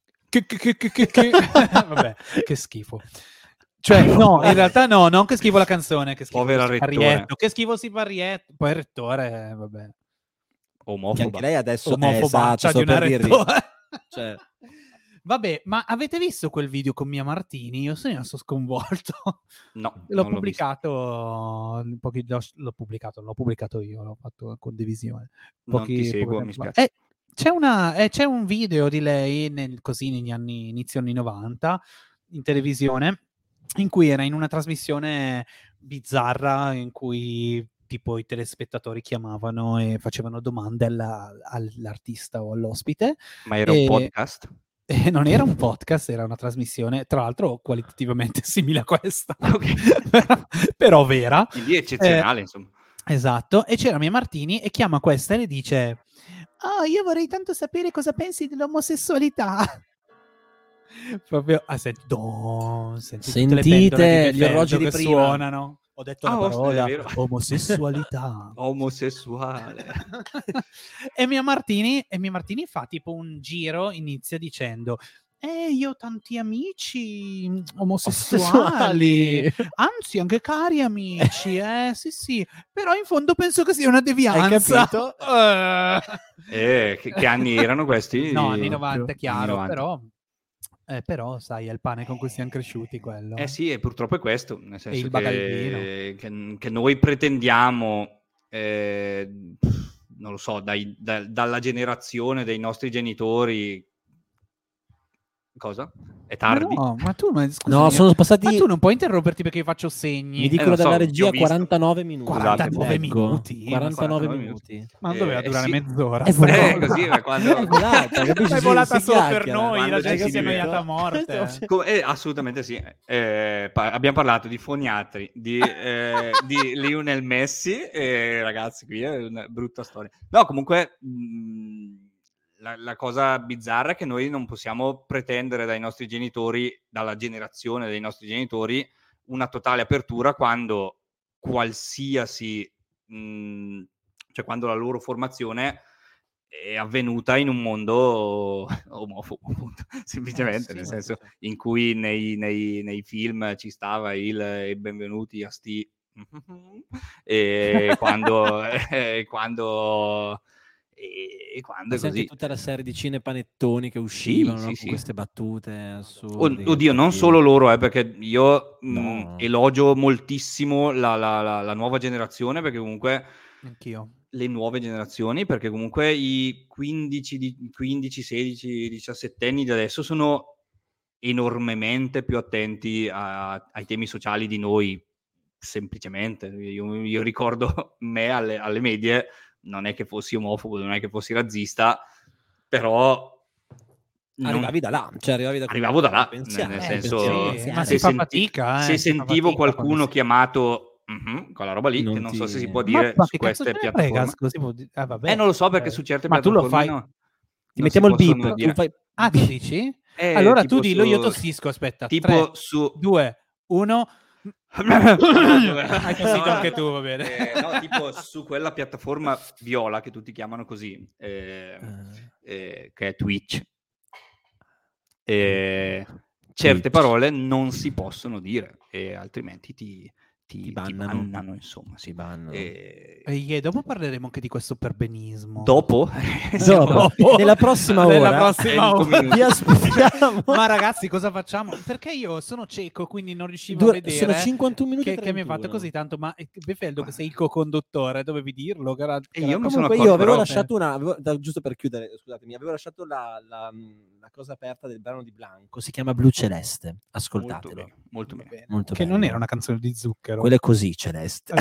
Vabbè, che schifo. Cioè, no, in realtà no, non che schifo la canzone, che schifo Povera Rettore. Che schifo Siparietto. Poi Rettore, vabbè. Omofoba. Che anche lei adesso omofobaccia esatto, di una Rettore. Cioè. Vabbè, ma avete visto quel video con Mia Martini? Io sono rimasto sconvolto. No, l'ho pubblicato, l'ho pubblicato io, l'ho fatto condivisione. Non ti seguo, mi spiace. C'è un video di lei così negli inizio anni 90 in televisione, in cui era in una trasmissione bizzarra in cui tipo i telespettatori chiamavano e facevano domande all'artista o all'ospite. Ma era un podcast? Non era un podcast, era una trasmissione, tra l'altro qualitativamente simile a questa, però vera. Quindi eccezionale, insomma. Esatto, e c'era Mia Martini e chiama questa e le dice: "Oh, io vorrei tanto sapere cosa pensi dell'omosessualità." Proprio, sentite gli orologi di prima suonano. Ho detto la parola omosessualità. Omosessuale. E Mia Martini fa tipo un giro, inizia dicendo: io ho tanti amici omosessuali, anzi anche cari amici, sì, però in fondo penso che sia una devianza. Hai capito? Che anni erano questi? No, anni 90, chiaro, anni 90. Però sai, è il pane con cui siamo cresciuti quello. Sì, e purtroppo è questo, nel senso il bagaldino. che noi pretendiamo, non lo so, dalla generazione dei nostri genitori. Cosa? È tardi? Ma tu, scusami, No, sono passati. Ma tu non puoi interromperti perché io faccio segni. Mi dicono dalla regia ho visto. 49 minuti. 49 minuti? 49 minuti. Ma non doveva durare sì. mezz'ora. È così, ma quando... È volata, capisci? È volata Si solo per chiacchiera. noi, la Quando gente ci si è si annoiata a morte. Assolutamente sì. Abbiamo parlato di foniatri, di Lionel Messi, e ragazzi, qui è una brutta storia. No, comunque... La cosa bizzarra è che noi non possiamo pretendere dai nostri genitori, dalla generazione dei nostri genitori, una totale apertura quando qualsiasi, cioè quando la loro formazione è avvenuta in un mondo omofobo, appunto, semplicemente, nel senso in cui nei film ci stava il benvenuti a sti e quando è così. Tutta la serie di cinepanettoni che uscivano con queste battute assurde. Oddio, non solo loro, perché io elogio moltissimo la nuova generazione, perché comunque anch'io. Le nuove generazioni, perché comunque i 15, 16, 17 anni di adesso sono enormemente più attenti ai temi sociali di noi, semplicemente. Io ricordo me alle medie, non è che fossi omofobo, non è che fossi razzista, però arrivavi da là, cioè arrivavo da là, nel senso, ma si fa fatica, se sentivo qualcuno chiamato quella roba lì, che non so se si può dire su queste piattaforme. Non lo so, perché su certe piattaforme tu lo fai. Ti mettiamo il beep. Tu dici? Allora tu dillo, io tossisco, aspetta. Tipo 3, su 2, 1. Hai tossito anche tu, va bene. No, tipo su quella piattaforma viola che tutti chiamano così, che è Twitch. Certe parole non si possono dire, e altrimenti ti bannano, insomma. Si bannano. E dopo parleremo anche di questo perbenismo. Dopo? Nella prossima ora vi aspettiamo. Ma ragazzi, cosa facciamo? Perché io sono cieco, quindi non riuscivo a vedere. Sono 51 minuti che mi hai fatto così tanto. Ma Befeldo, che sei il co-conduttore, dovevi dirlo. Io avevo lasciato giusto per chiudere, scusatemi, avevo lasciato la cosa aperta del brano di Blanco. Si chiama Blu Celeste. Ascoltatelo. Molto bene. Che non era una canzone di Zucchero. Quello è così, Celeste.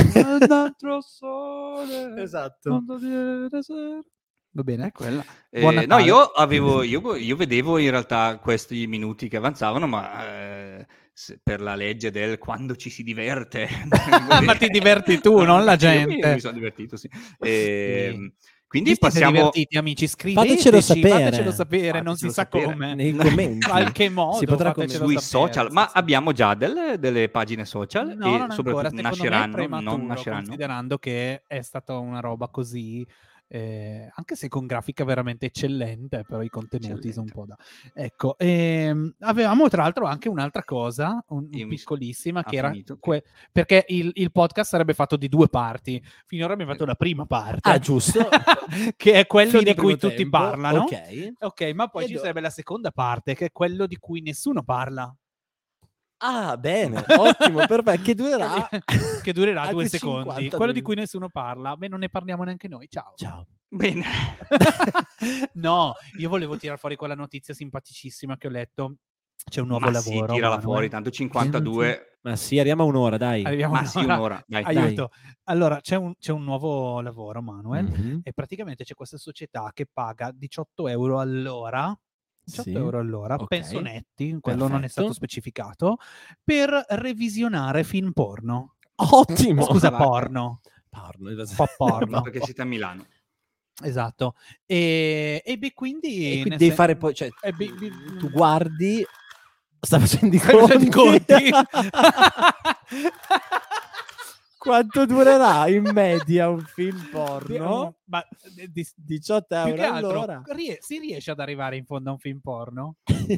Sole, esatto. Va bene, è quella. No, io vedevo in realtà questi minuti che avanzavano, ma per la legge del quando ci si diverte. Ma ti diverti tu, non la gente. Io mi sono divertito, sì. Quindi passiamo. Divertiti, amici, fatecelo sapere, non si sa come, nei commenti, in qualche modo si potrà sui social, ma abbiamo già delle pagine social, no, e soprattutto nasceranno, considerando che è stata una roba così, anche se con grafica veramente eccellente, però i contenuti sono un po' da... Ecco, avevamo tra l'altro anche un'altra cosa, piccolissima, che era perché il podcast sarebbe fatto di 2 parti. Finora abbiamo fatto la prima parte. Giusto. Che è quello di cui tutti parlano. Ok, ma poi ci sarebbe la seconda parte, che è quello di cui nessuno parla. Bene, ottimo, perfetto, che durerà 2 secondi. Quello di cui nessuno parla, non ne parliamo neanche noi. Ciao. Bene. No, io volevo tirare fuori quella notizia simpaticissima che ho letto. C'è un nuovo lavoro. Sì, tirala fuori, tanto 52. Ma sì, arriviamo a un'ora, dai. Un'ora. Dai. Aiuto. Dai. Allora, c'è un nuovo lavoro, Manuel, e praticamente c'è questa società che paga 18 euro all'ora. 18 euro all'ora, penso netti, quello non è stato specificato, per revisionare film porno. Ottimo! Scusa, porno. Porno. Perché siete a Milano. Esatto. E quindi devi fare poi, cioè, tu guardi, sta facendo i conti. Quanto durerà in media un film porno? Ma 18 più euro che altro, all'ora. si riesce ad arrivare in fondo a un film porno?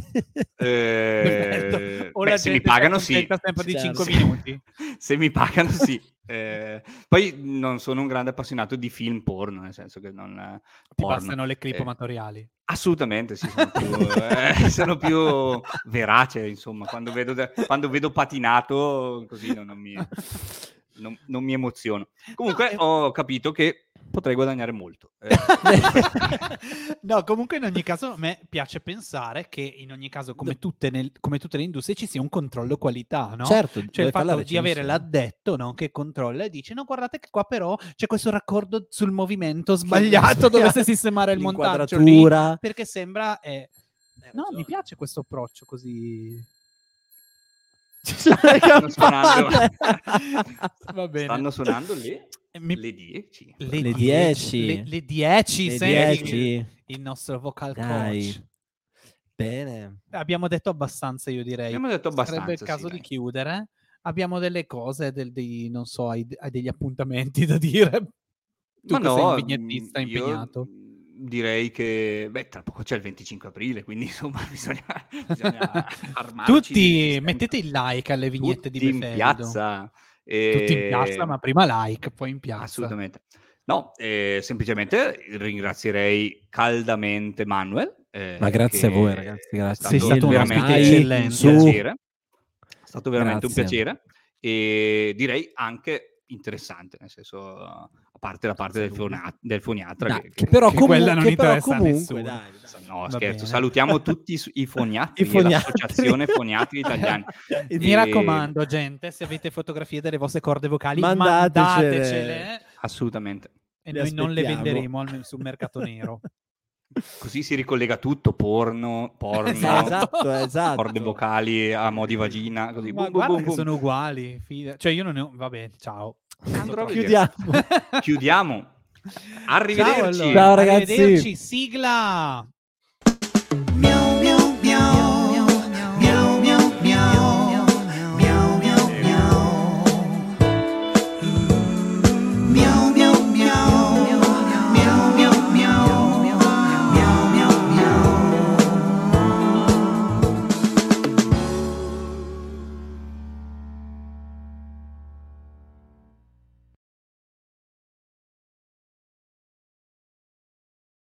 O Beh, la se mi gente pagano si accontenta sì. sempre di Certo. 5 minuti? Se mi pagano sì. Poi non sono un grande appassionato di film porno, nel senso che non Ti porno. bastano le clip amatoriali? Assolutamente sì, sono più verace, insomma, quando vedo patinato così non mi emoziono. Comunque ho capito che potrei guadagnare molto. No, comunque in ogni caso a me piace pensare che in ogni caso, come tutte le industrie, ci sia un controllo qualità, no? Certo, Cioè il deve fare la fatto di avere recensione. l'addetto, no, che controlla e dice no, guardate che qua però c'è questo raccordo sul movimento sbagliato, dovesse sistemare il montaggio lì, L'inquadratura. perché sembra... No, ragione. mi piace questo approccio così... Stanno suonando. Va bene. Stanno suonando le 10. Le 10. Le 10, Le senti 10. il nostro vocal Dai. coach. Bene. Abbiamo detto abbastanza, io direi. Abbiamo detto abbastanza, Sarebbe il sì, caso dai. di chiudere. Abbiamo delle cose, non so, hai degli appuntamenti da dire? Tu Ma che sei un no, vignettista impegnato. Direi che tra poco c'è il 25 aprile, quindi insomma bisogna armarci. Tutti mettete il like alle vignette tutti di in Befeldo. piazza. Tutti in piazza, ma prima like, poi in piazza. Assolutamente. No, semplicemente ringrazierei caldamente Manuel. Ma grazie a voi, ragazzi, grazie. Sei stato un ospite veramente eccellente. un piacere. È stato veramente Grazie. un piacere e direi anche interessante, nel senso, a parte la parte del foniatra, Dai, che però che quella non comunque, interessa a nessuno. dai. no, Va scherzo, bene. salutiamo tutti i foniatri, I foniatri. l'associazione foniatri italiani. Mi raccomando, gente, se avete fotografie delle vostre corde vocali, Mandatecele. mandatecele Assolutamente. e Le noi non le aspettiamo. venderemo sul mercato nero. Così si ricollega tutto, porno, Esatto. corde vocali a mo' di vagina, così. Ma Boom, guarda boom, che boom, sono uguali. Cioè io non ne ho... Vabbè, ciao. Andrò a vedere. Chiudiamo. Arrivederci. Ciao, allora. Ciao, ragazzi. Arrivederci, sigla.